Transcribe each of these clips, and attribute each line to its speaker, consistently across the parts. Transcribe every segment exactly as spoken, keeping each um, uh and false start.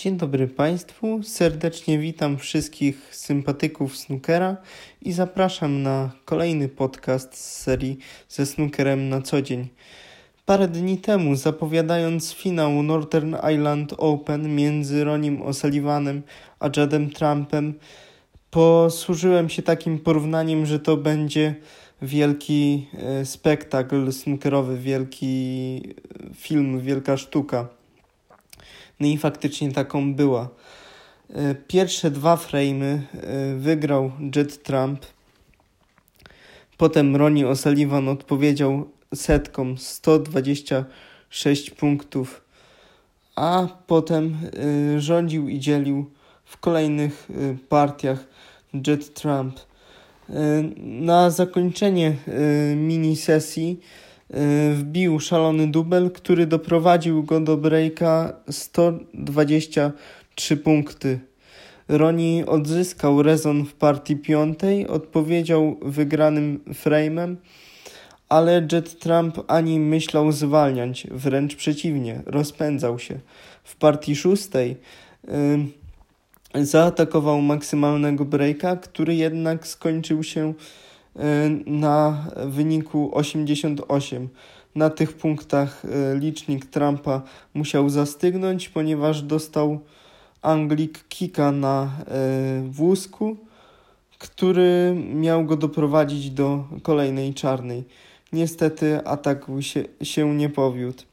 Speaker 1: Dzień dobry Państwu, serdecznie witam wszystkich sympatyków snookera i zapraszam na kolejny podcast z serii ze snookerem na co dzień. Parę dni temu, zapowiadając finał Northern Ireland Open między Ronnim O'Sullivanem a Juddem Trumpem, posłużyłem się takim porównaniem, że to będzie wielki e, spektakl snookerowy, wielki film, wielka sztuka. No i faktycznie taką była. Pierwsze dwa frame'y wygrał Judd Trump. Potem Ronnie O'Sullivan odpowiedział setką sto dwadzieścia sześć punktów, a potem rządził i dzielił w kolejnych partiach Judd Trump. Na zakończenie mini sesji wbił szalony dubel, który doprowadził go do breaka sto dwadzieścia trzy punkty. Ronnie odzyskał rezon w partii piątej, odpowiedział wygranym frame'em, ale Judd Trump ani myślał zwalniać, wręcz przeciwnie, rozpędzał się. W partii szóstej yy, zaatakował maksymalnego breaka, który jednak skończył się na wyniku osiemdziesiąt osiem. Na tych punktach licznik Trumpa musiał zastygnąć, ponieważ dostał Anglik kicka na wózku, który miał go doprowadzić do kolejnej czarnej. Niestety atak się, się nie powiódł.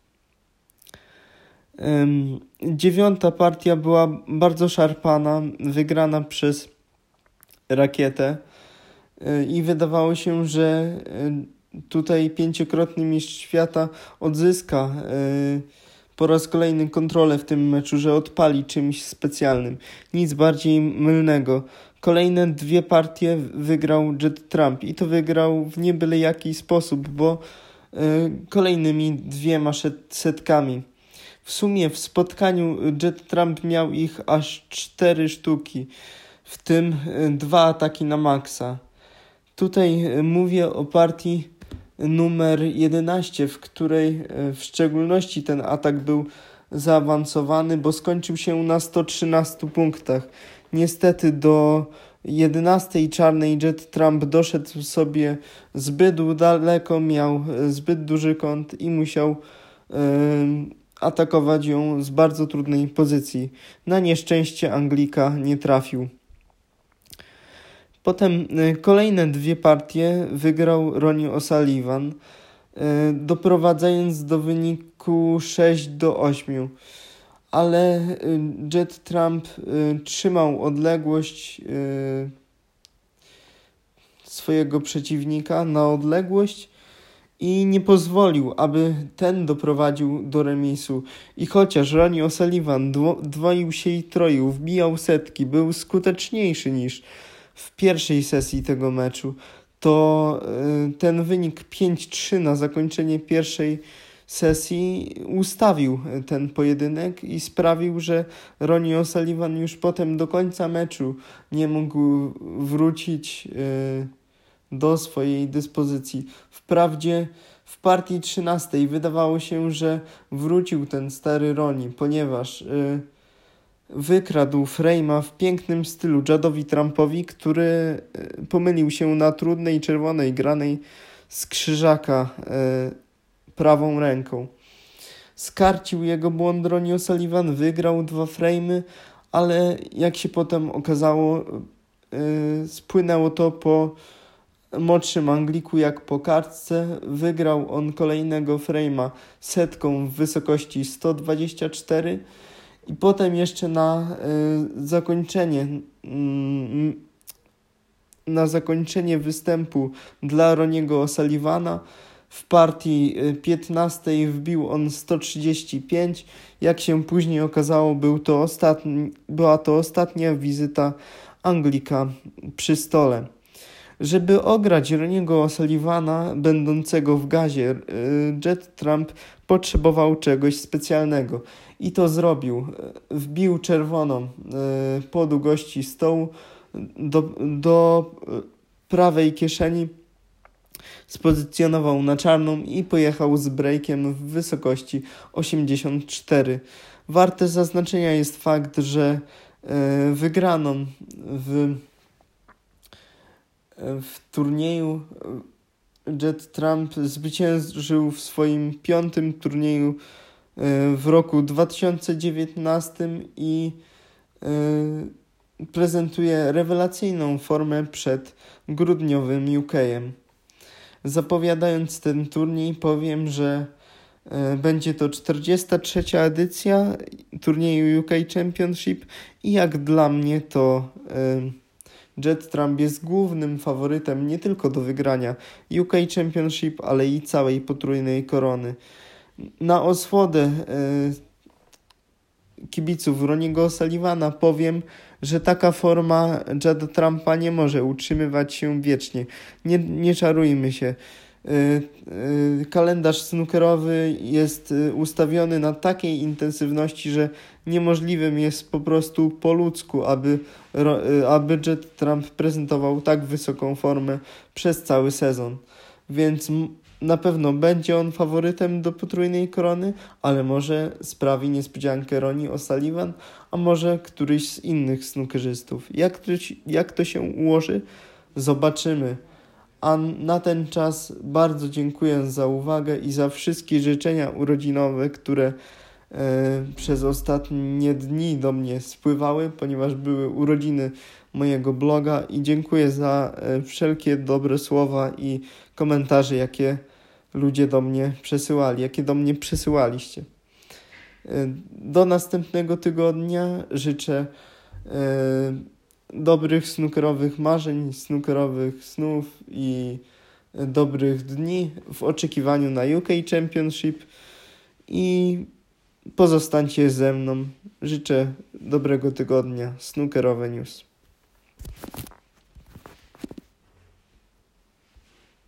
Speaker 1: Dziewiąta partia była bardzo szarpana, wygrana przez Rakietę. I wydawało się, że tutaj pięciokrotny mistrz świata odzyska po raz kolejny kontrolę w tym meczu, że odpali czymś specjalnym. Nic bardziej mylnego. Kolejne dwie partie wygrał Judd Trump i to wygrał w nie byle jaki sposób, bo kolejnymi dwiema setkami. W sumie w spotkaniu Judd Trump miał ich aż cztery sztuki, w tym dwa ataki na maksa. Tutaj mówię o partii numer jedenaście, w której w szczególności ten atak był zaawansowany, bo skończył się na sto trzynastu punktach. Niestety do jedenastej czarnej Judd Trump doszedł sobie zbyt daleko, miał zbyt duży kąt i musiał yy, atakować ją z bardzo trudnej pozycji. Na nieszczęście Anglika nie trafił. Potem kolejne dwie partie wygrał Ronnie O'Sullivan, doprowadzając do wyniku sześć do ośmiu. Ale Judd Trump trzymał odległość swojego przeciwnika na odległość i nie pozwolił, aby ten doprowadził do remisu. I chociaż Ronnie O'Sullivan dwo- dwoił się i troił, wbijał setki, był skuteczniejszy niż w pierwszej sesji tego meczu, to ten wynik pięć trzy na zakończenie pierwszej sesji ustawił ten pojedynek i sprawił, że Ronnie O'Sullivan już potem do końca meczu nie mógł wrócić do swojej dyspozycji. Wprawdzie w partii trzynastej wydawało się, że wrócił ten stary Ronnie, ponieważ wykradł frame'a w pięknym stylu Juddowi Trumpowi, który pomylił się na trudnej czerwonej granej z krzyżaka e, prawą ręką. Skarcił jego błąd Ronnie O'Sullivan, wygrał dwa frame'y, ale jak się potem okazało, e, spłynęło to po młodszym Angliku jak po kartce. Wygrał on kolejnego frame'a setką w wysokości sto dwadzieścia cztery. I potem jeszcze na y, zakończenie y, na zakończenie występu dla Ronniego O'Sullivana w partii piętnastej wbił on sto trzydzieści pięć. Jak się później okazało, był to ostatni, była to ostatnia wizyta Anglika przy stole. Żeby ograć Ronniego O'Sullivana będącego w gazie, Judd Trump potrzebował czegoś specjalnego i to zrobił. Wbił czerwoną po długości stołu do, do prawej kieszeni, spozycjonował na czarną i pojechał z breakiem w wysokości osiemdziesiąt cztery. Warte zaznaczenia jest fakt, że wygraną w, w turnieju Judd Trump zwyciężył w swoim piątym turnieju w roku dwa tysiące dziewiętnastym i prezentuje rewelacyjną formę przed grudniowym U K em. Zapowiadając ten turniej, powiem, że będzie to czterdziesta trzecia edycja turnieju U K Championship i jak dla mnie to Judd Trump jest głównym faworytem nie tylko do wygrania U K Championship, ale i całej potrójnej korony. Na osłodę kibiców Ronniego O'Sullivana powiem, że taka forma Judda Trumpa nie może utrzymywać się wiecznie. Nie, nie czarujmy się. Kalendarz snookerowy jest ustawiony na takiej intensywności, że niemożliwym jest po prostu po ludzku, aby, aby Judd Trump prezentował tak wysoką formę przez cały sezon. Więc na pewno będzie on faworytem do potrójnej korony, ale może sprawi niespodziankę Ronnie O'Sullivan, a może któryś z innych snookerzystów. Jak to, jak to się ułoży? Zobaczymy. A na ten czas bardzo dziękuję za uwagę i za wszystkie życzenia urodzinowe, które e, przez ostatnie dni do mnie spływały, ponieważ były urodziny mojego bloga i dziękuję za e, wszelkie dobre słowa i komentarze, jakie ludzie do mnie przesyłali, jakie do mnie przesyłaliście. E, do następnego tygodnia życzę e, dobrych snookerowych marzeń, snookerowych snów i dobrych dni w oczekiwaniu na U K Championship i pozostańcie ze mną. Życzę dobrego tygodnia. Snookerowe News.